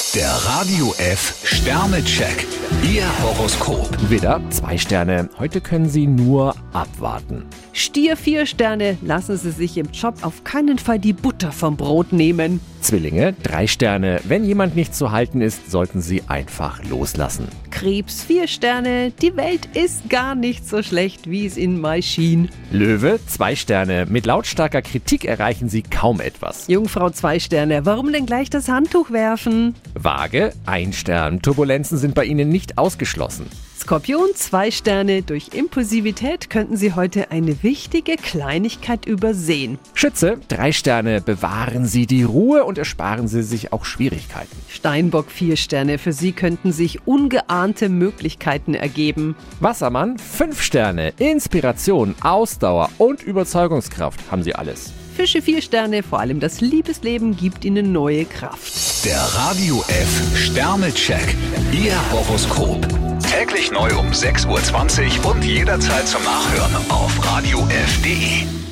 Der Radio F Sternecheck. Ihr Horoskop. Widder, 2 Sterne. Heute können Sie nur abwarten. Stier, 4 Sterne. Lassen Sie sich im Job auf keinen Fall die Butter vom Brot nehmen. Zwillinge, 3 Sterne. Wenn jemand nicht zu halten ist, sollten Sie einfach loslassen. Krebs, 4 Sterne. Die Welt ist gar nicht so schlecht, wie es Ihnen mal schien. Löwe, 2 Sterne. Mit lautstarker Kritik erreichen Sie kaum etwas. Jungfrau, 2 Sterne. Warum denn gleich das Handtuch werfen? Waage, 1 Stern. Turbulenzen sind bei Ihnen nicht ausgeschlossen. Skorpion, 2 Sterne. Durch Impulsivität könnten Sie heute eine wichtige Kleinigkeit übersehen. Schütze, 3 Sterne. Bewahren Sie die Ruhe und ersparen Sie sich auch Schwierigkeiten. Steinbock, 4 Sterne. Für Sie könnten sich ungeahnte Möglichkeiten ergeben. Wassermann, 5 Sterne. Inspiration, Ausdauer und Überzeugungskraft haben Sie alles. Fische, 4 Sterne. Vor allem das Liebesleben gibt Ihnen neue Kraft. Der Radio F Sternecheck. Ihr Horoskop. Täglich neu um 6:20 Uhr und jederzeit zum Nachhören auf radiof.de.